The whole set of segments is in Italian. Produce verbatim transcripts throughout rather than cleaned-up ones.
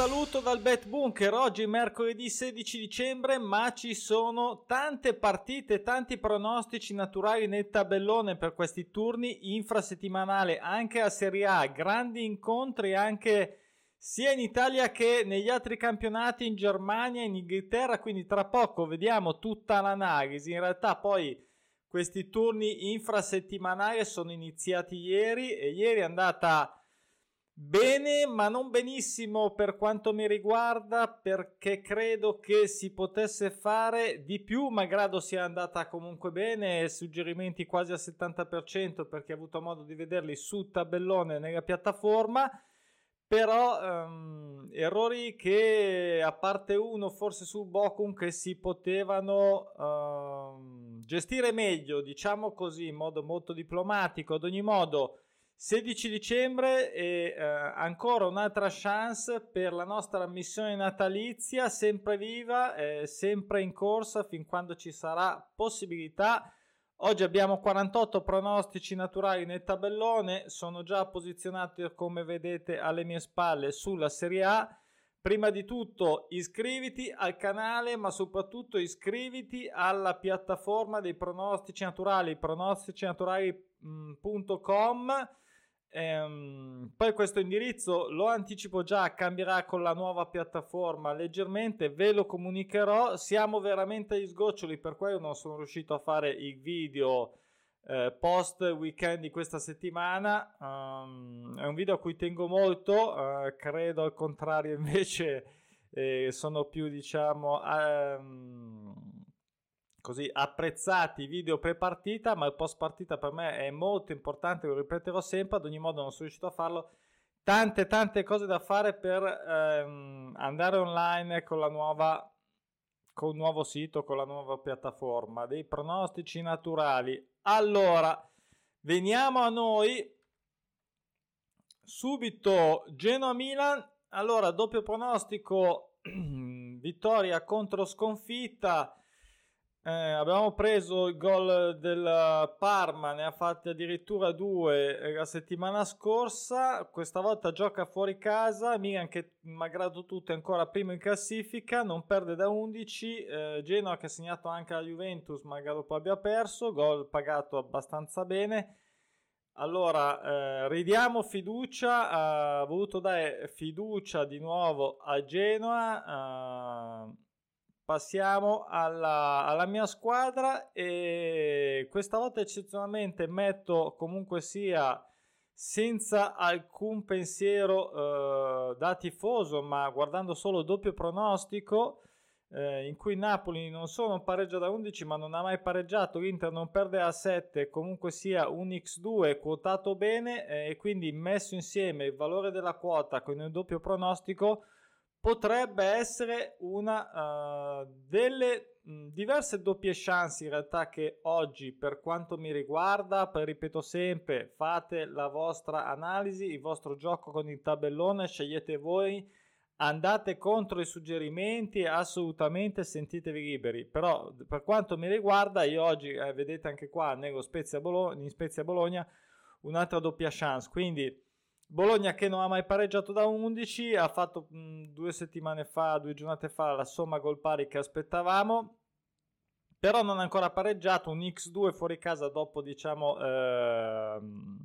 saluto dal Bet Bunker. Oggi è mercoledì sedici dicembre, ma ci sono tante partite, tanti pronostici naturali nel tabellone per questi turni infrasettimanale, anche a Serie A, grandi incontri anche sia in Italia che negli altri campionati, in Germania, in Inghilterra, quindi tra poco vediamo tutta l'analisi. In realtà poi questi turni infrasettimanali sono iniziati ieri e ieri è andata bene, ma non benissimo per quanto mi riguarda, perché credo che si potesse fare di più, malgrado sia andata comunque bene, suggerimenti quasi al settanta per cento perché ho avuto modo di vederli sul tabellone nella piattaforma, però um, errori che, a parte uno forse su Bochum, che si potevano um, gestire meglio, diciamo così, in modo molto diplomatico. Ad ogni modo, sedici dicembre e eh, ancora un'altra chance per la nostra missione natalizia, sempre viva, eh, sempre in corsa fin quando ci sarà possibilità. Oggi abbiamo quarantotto pronostici naturali nel tabellone, sono già posizionati, come vedete alle mie spalle, sulla Serie A. Prima di tutto iscriviti al canale, ma soprattutto iscriviti alla piattaforma dei pronostici naturali, pronostici naturali punto com. Ehm, poi questo indirizzo, lo anticipo già, cambierà con la nuova piattaforma leggermente, ve lo comunicherò. Siamo veramente agli sgoccioli, per quello non sono riuscito a fare il video eh, post weekend di questa settimana. Um, è un video a cui tengo molto, uh, credo al contrario invece eh, sono più, diciamo, um, così apprezzati i video pre-partita, ma il post-partita per me è molto importante, lo ripeterò sempre. Ad ogni modo non sono riuscito a farlo. Tante tante cose da fare per ehm, andare online con la nuova, con il nuovo sito, con la nuova piattaforma dei pronostici naturali. Allora, veniamo a noi. Subito Genoa-Milan. Allora, doppio pronostico, vittoria contro sconfitta. Eh, abbiamo preso il gol del Parma, ne ha fatti addirittura due la settimana scorsa. Questa volta gioca fuori casa. Milan, che malgrado tutto è ancora primo in classifica, non perde da undici. eh, Genoa, che ha segnato anche la Juventus malgrado poi abbia perso, gol pagato abbastanza bene. Allora, eh, ridiamo fiducia, ha voluto dare fiducia di nuovo a Genoa. eh, Passiamo alla, alla mia squadra, e questa volta eccezionalmente metto comunque sia senza alcun pensiero eh, da tifoso, ma guardando solo il doppio pronostico, eh, in cui Napoli non solo non pareggia da undici, ma non ha mai pareggiato, l'Inter non perde a sette, comunque sia un ics due quotato bene, eh, e quindi messo insieme il valore della quota con il doppio pronostico potrebbe essere una uh, delle mh, diverse doppie chance in realtà che oggi, per quanto mi riguarda, poi ripeto sempre, fate la vostra analisi, il vostro gioco con il tabellone, scegliete voi, andate contro i suggerimenti, assolutamente sentitevi liberi. Però per quanto mi riguarda, io oggi, eh, vedete anche qua nello Spezia Bologna, in Spezia Bologna, un'altra doppia chance, quindi Bologna, che non ha mai pareggiato da undici, ha fatto mh, due settimane fa, due giornate fa, la somma gol pari che aspettavamo, però non ha ancora pareggiato, un ics due fuori casa dopo, diciamo, ehm,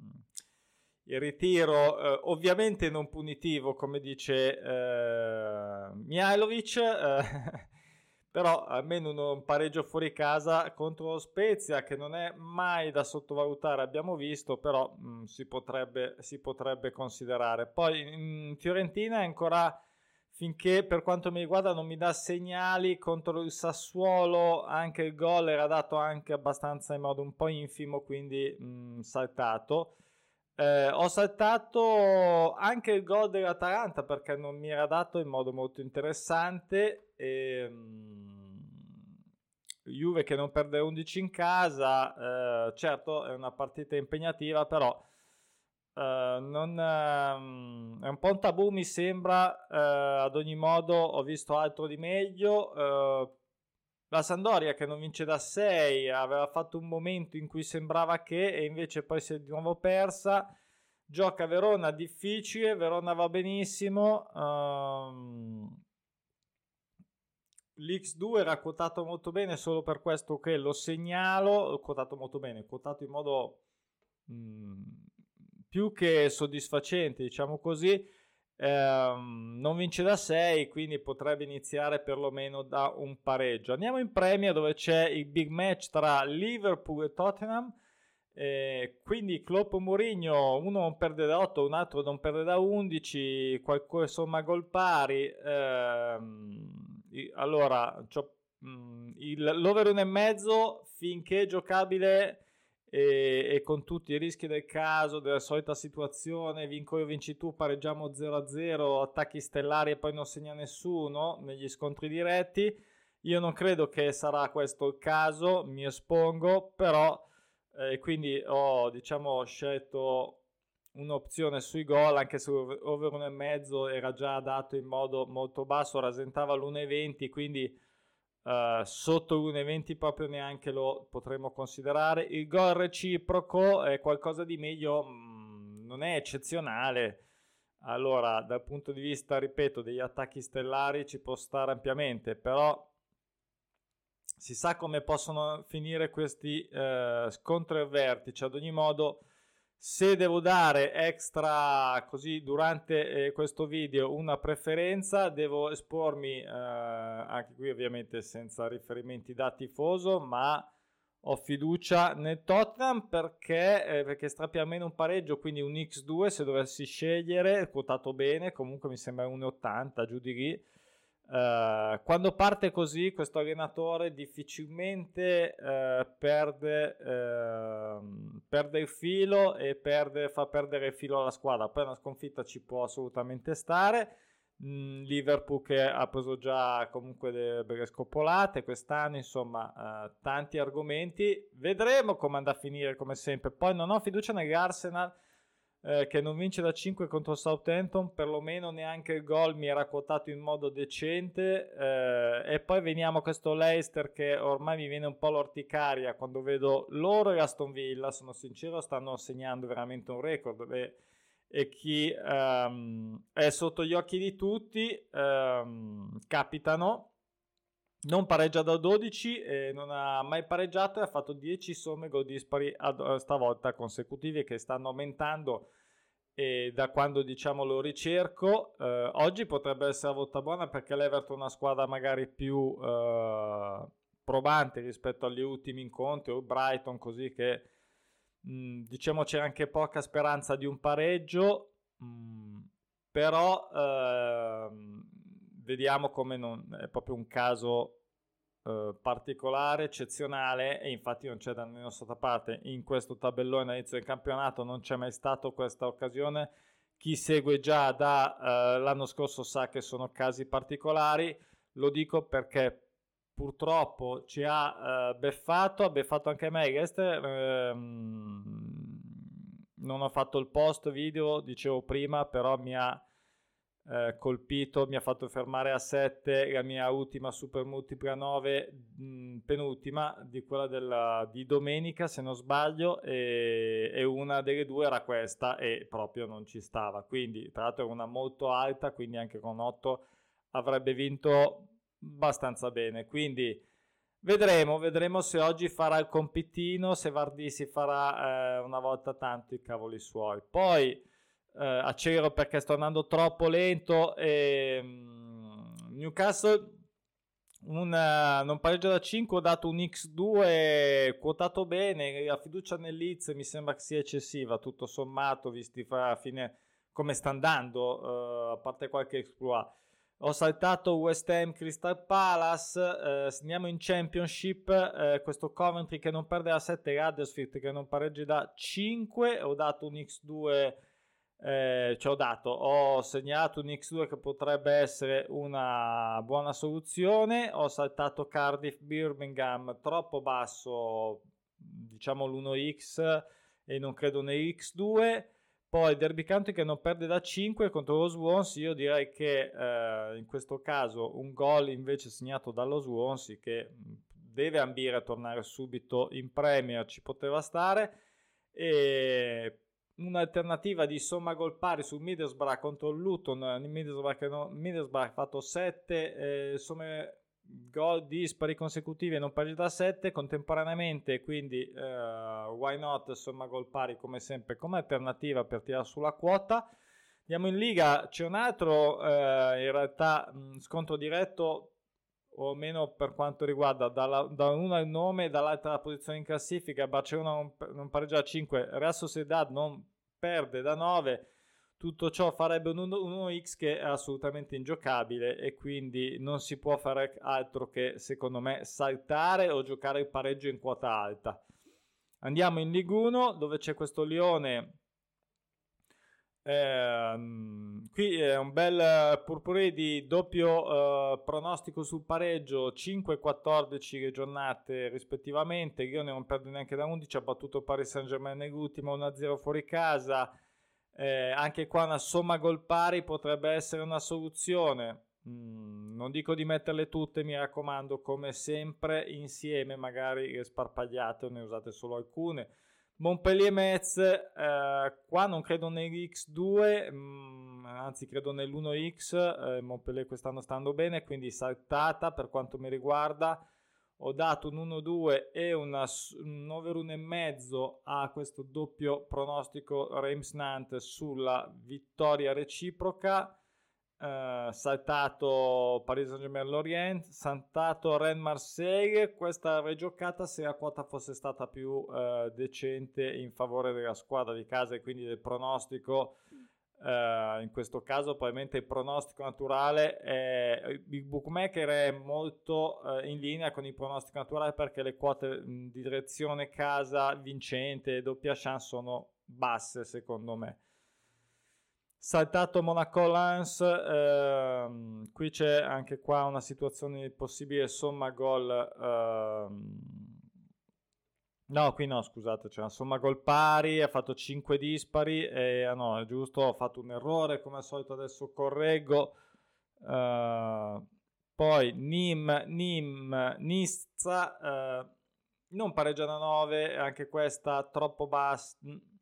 il ritiro, eh, ovviamente non punitivo, come dice eh, Mihajlovic, eh, però almeno un pareggio fuori casa contro lo Spezia, che non è mai da sottovalutare, abbiamo visto, però mh, si potrebbe, si potrebbe considerare. Poi in Fiorentina è ancora, finché per quanto mi riguarda non mi dà segnali. Contro il Sassuolo anche il gol era dato anche abbastanza in modo un po' infimo, quindi mh, saltato. Eh, ho saltato anche il gol dell'Atalanta perché non mi era dato in modo molto interessante. E, um, Juve che non perde undici in casa, eh, certo è una partita impegnativa, però eh, non, um, è un po' un tabù, mi sembra. Eh, ad ogni modo ho visto altro di meglio. Eh, la Sampdoria, che non vince da sei, aveva fatto un momento in cui sembrava che, e invece poi si è di nuovo persa. Gioca Verona difficile, Verona va benissimo. Um, l'X due era quotato molto bene, solo per questo che lo segnalo, quotato molto bene, quotato in modo mh, più che soddisfacente, diciamo così. Um, non vince da sei, quindi potrebbe iniziare perlomeno da un pareggio. Andiamo in Premier, dove c'è il big match tra Liverpool e Tottenham. Eh, quindi Klopp e Mourinho, uno non perde da otto, un altro non perde da undici, qualcosa insomma gol pari. Ehm, allora mh, il, l'over uno e mezzo finché giocabile e, e con tutti i rischi del caso, della solita situazione, vinco io, vinci tu, pareggiamo zero a zero, attacchi stellari e poi non segna nessuno negli scontri diretti. Io non credo che sarà questo il caso, mi espongo, però e eh, quindi ho diciamo scelto un'opzione sui gol, anche se over uno e mezzo era già dato in modo molto basso, rasentava l'uno e venti, quindi uh, sotto l'uno e venti proprio neanche lo potremmo considerare. Il gol reciproco è qualcosa di meglio, mh, non è eccezionale. Allora, dal punto di vista, ripeto, degli attacchi stellari ci può stare ampiamente, però si sa come possono finire questi eh, scontri e vertici. Ad ogni modo, se devo dare extra così durante eh, questo video una preferenza, devo espormi eh, anche qui ovviamente senza riferimenti da tifoso, ma ho fiducia nel Tottenham perché, eh, perché strappi almeno un pareggio, quindi un X due se dovessi scegliere, quotato bene, comunque mi sembra uno e ottanta giù di lì. Uh, quando parte così questo allenatore difficilmente uh, perde, uh, perde il filo e perde, fa perdere il filo alla squadra. Poi una sconfitta ci può assolutamente stare. mm, Liverpool che ha preso già comunque delle belle scopolate quest'anno, insomma uh, tanti argomenti, vedremo come andrà a finire come sempre. Poi non ho fiducia nell'Arsenal Eh, che non vince da cinque contro Southampton, perlomeno neanche il gol mi era quotato in modo decente. Eh, e poi veniamo a questo Leicester che ormai mi viene un po' l'orticaria quando vedo loro e Aston Villa, sono sincero, stanno segnando veramente un record e, e chi um, è sotto gli occhi di tutti um, capitano. Non pareggia da dodici, eh, non ha mai pareggiato e ha fatto dieci somme gol dispari ad, stavolta consecutive che stanno aumentando e da quando diciamo lo ricerco. Eh, oggi potrebbe essere volta buona perché l'Everton è una squadra magari più eh, probante rispetto agli ultimi incontri, o Brighton così che mh, diciamo c'era anche poca speranza di un pareggio, mh, però ehm, vediamo come non è proprio un caso eh, particolare, eccezionale, e infatti non c'è da nessuna parte in questo tabellone all'inizio del campionato, non c'è mai stato questa occasione. Chi segue già da eh, l'anno scorso sa che sono casi particolari, lo dico perché purtroppo ci ha eh, beffato, ha beffato anche me, ehm, non ho fatto il post video, dicevo prima, però mi ha eh, colpito, mi ha fatto fermare a sette la mia ultima super multipla nove, mh, penultima di quella della, di domenica se non sbaglio, e, e una delle due era questa e proprio non ci stava, quindi tra l'altro era una molto alta, quindi anche con otto avrebbe vinto abbastanza bene, quindi vedremo, vedremo se oggi farà il compitino, se Vardy si farà eh, una volta tanto i cavoli suoi. Poi eh, accelero perché sto andando troppo lento e um, Newcastle una, non pareggia da cinque, ho dato un X due quotato bene, la fiducia nel Leeds mi sembra che sia eccessiva tutto sommato, visti fra fine come sta andando, uh, a parte qualche exploit. Ho saltato West Ham Crystal Palace, eh, segniamo in Championship eh, questo Coventry che non perde da sette e Huddersfield che non pareggia da cinque. Ho dato un X due, eh, cioè ho dato, ho segnato un X due che potrebbe essere una buona soluzione. Ho saltato Cardiff Birmingham troppo basso, diciamo l'uno X, e non credo nei X due. Poi Derby County che non perde da cinque contro lo Swansea. Io direi che eh, in questo caso un gol invece segnato dallo Swansea, che deve ambire a tornare subito in Premier, ci poteva stare. E un'alternativa di somma gol pari su Middlesbrough contro il Luton. Middlesbrough, che no, Middlesbrough ha fatto sette eh, somme gol dispari consecutivi e non pari da sette contemporaneamente, quindi eh, why not somma gol pari come sempre come alternativa per tirare sulla quota. Andiamo in Liga, c'è un altro eh, in realtà mh, scontro diretto, o meno per quanto riguarda dalla, da uno il nome e dall'altra la posizione in classifica. Barcellona non, non pareggia a cinque, Real Sociedad non perde da nove. Tutto ciò farebbe un uno x che è assolutamente ingiocabile, e quindi non si può fare altro che, secondo me, saltare o giocare il pareggio in quota alta. Andiamo in Ligue uno, dove c'è questo Lione. Eh, qui è un bel purpurì di doppio eh, pronostico sul pareggio, cinque e quattordici giornate rispettivamente. Lione non perde neanche da undici, ha battuto Paris Saint-Germain nell'ultima uno a zero fuori casa. Eh, anche qua una somma gol pari potrebbe essere una soluzione. Mm, non dico di metterle tutte, mi raccomando, come sempre insieme, magari sparpagliate o ne usate solo alcune. Montpellier-Metz, eh, qua non credo nell'X due, mh, anzi credo nell'uno x. eh, Montpellier quest'anno sta andando bene, quindi saltata per quanto mi riguarda. Ho dato un uno due e una, un over uno e mezzo a questo doppio pronostico Reims-Nantes sulla vittoria reciproca. Uh, saltato Paris Saint-Germain Lorient, saltato Rennes-Marseille. Questa avrei giocata se la quota fosse stata più uh, decente in favore della squadra di casa e quindi del pronostico. Uh, in questo caso probabilmente il pronostico naturale è, il bookmaker è molto uh, in linea con il pronostico naturale, perché le quote mh, di direzione casa vincente e doppia chance sono basse secondo me. Saltato Monaco-Lens, ehm, qui c'è anche qua una situazione di possibile somma gol, ehm, no qui no scusate, c'è una somma gol pari, ha fatto cinque dispari, e ah no è giusto, ho fatto un errore come al solito, adesso correggo. Uh, poi Nim, Nim, Nizza, uh, non pareggia da nove, anche questa troppo bassa.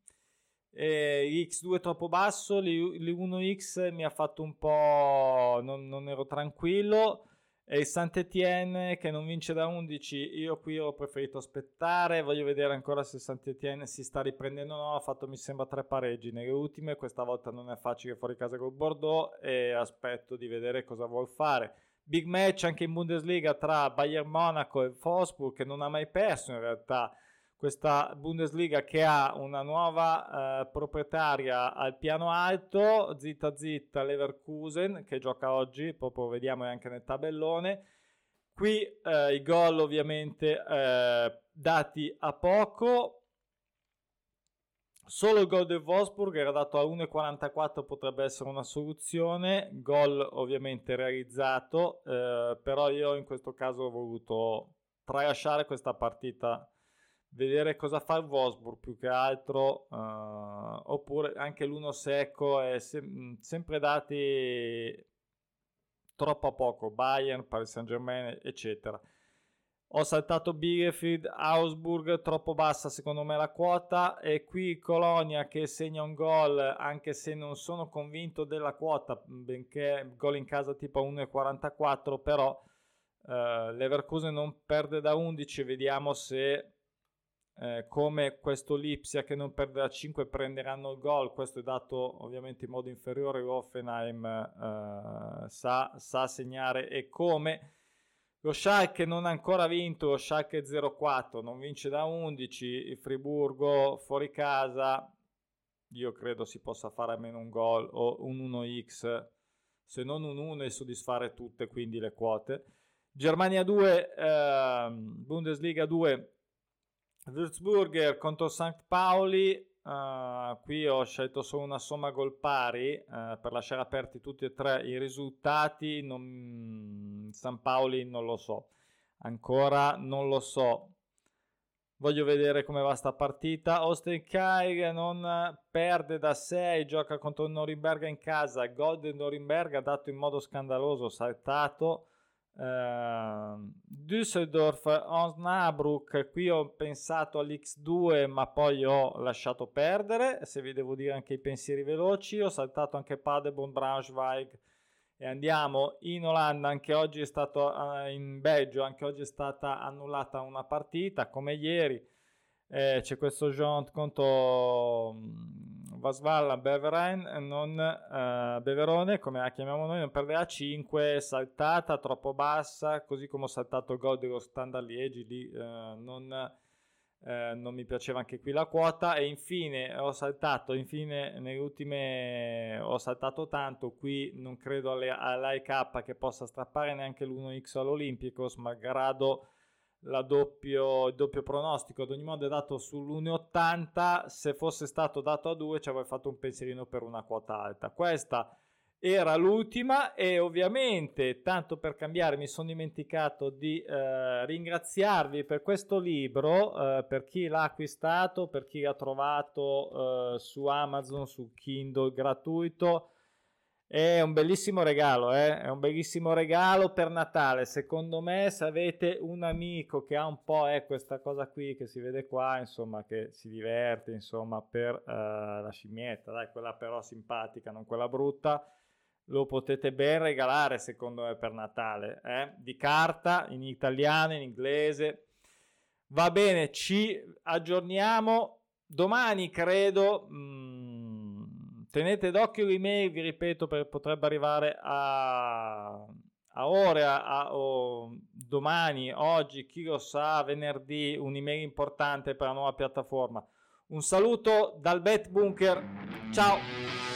E X due troppo basso, l'uno x mi ha fatto un po', non, non ero tranquillo. E il Saint-Étienne che non vince da undici, io qui ho preferito aspettare, voglio vedere ancora se Saint-Étienne si sta riprendendo o no. Ha fatto mi sembra tre pareggi nelle ultime, questa volta non è facile fuori casa col Bordeaux, e aspetto di vedere cosa vuol fare. Big match anche in Bundesliga tra Bayern Monaco e Wolfsburg, che non ha mai perso in realtà. Questa Bundesliga che ha una nuova eh, proprietaria al piano alto, zitta zitta Leverkusen, che gioca oggi, proprio vediamo anche nel tabellone. Qui eh, i gol ovviamente eh, dati a poco, solo il gol del Wolfsburg era dato a uno e quarantaquattro, potrebbe essere una soluzione, gol ovviamente realizzato, eh, però io in questo caso ho voluto tralasciare questa partita, vedere cosa fa il Wolfsburg più che altro, uh, oppure anche l'uno secco è sem- sempre dati troppo a poco, Bayern, Paris Saint-Germain eccetera. Ho saltato Bielefeld, Augsburg, troppo bassa secondo me la quota, e qui Colonia che segna un gol, anche se non sono convinto della quota, benché gol in casa tipo uno e quarantaquattro, però uh, Leverkusen non perde da undici, vediamo se Eh, come questo Lipsia che non perde da cinque prenderanno il gol. Questo è dato ovviamente in modo inferiore. Hoffenheim eh, sa, sa segnare e come. Lo Schalke non ha ancora vinto, lo Schalke zero quattro non vince da undici, il Friburgo fuori casa, io credo si possa fare almeno un gol o un uno x, se non un uno, e soddisfare tutte quindi le quote. Germania due, eh, Bundesliga due, Würzburger contro Sankt Pauli, uh, qui ho scelto solo una somma gol pari uh, per lasciare aperti tutti e tre i risultati. non... San Paoli non lo so, ancora non lo so, voglio vedere come va sta partita. Osterkai non perde da sei, gioca contro il Norimberga in casa, gol del Norimberga dato in modo scandaloso, saltato. Uh, Düsseldorf, Osnabrück, qui ho pensato all'X due ma poi ho lasciato perdere. Se vi devo dire anche i pensieri veloci, ho saltato anche Paderborn, Braunschweig e andiamo in Olanda. Anche oggi è stato uh, in Belgio, anche oggi è stata annullata una partita come ieri. Eh, c'è questo Jont contro Vasvalla Beveren, non uh, Beverone come la chiamiamo noi, non perde a cinque, saltata troppo bassa, così come ho saltato il gol dello Standard Liegi lì, uh, non, uh, non mi piaceva anche qui la quota. E infine ho saltato infine nelle ultime ho saltato tanto qui, non credo all'A E K che possa strappare neanche l'uno X all'Olympiacos, malgrado la doppio, il doppio pronostico. Ad ogni modo è dato sull'uno virgola ottanta, se fosse stato dato a due ci avrei fatto un pensierino per una quota alta. Questa era l'ultima e ovviamente, tanto per cambiare, mi sono dimenticato di eh, ringraziarvi per questo libro, eh, per chi l'ha acquistato, per chi l'ha trovato eh, su Amazon, su Kindle gratuito. È un bellissimo regalo, eh? È un bellissimo regalo per Natale. Secondo me, se avete un amico che ha un po' eh, questa cosa qui che si vede qua, insomma, che si diverte, insomma, per uh, la scimmietta, dai, quella però simpatica, non quella brutta, lo potete ben regalare, secondo me, per Natale, eh? Di carta, in italiano, in inglese. Va bene, ci aggiorniamo domani, credo. Mm. Tenete d'occhio l'email, vi ripeto, perché potrebbe arrivare a, a ore, a, a o domani, oggi, chi lo sa, venerdì, un'email importante per la nuova piattaforma. Un saluto dal Bet Bunker, ciao!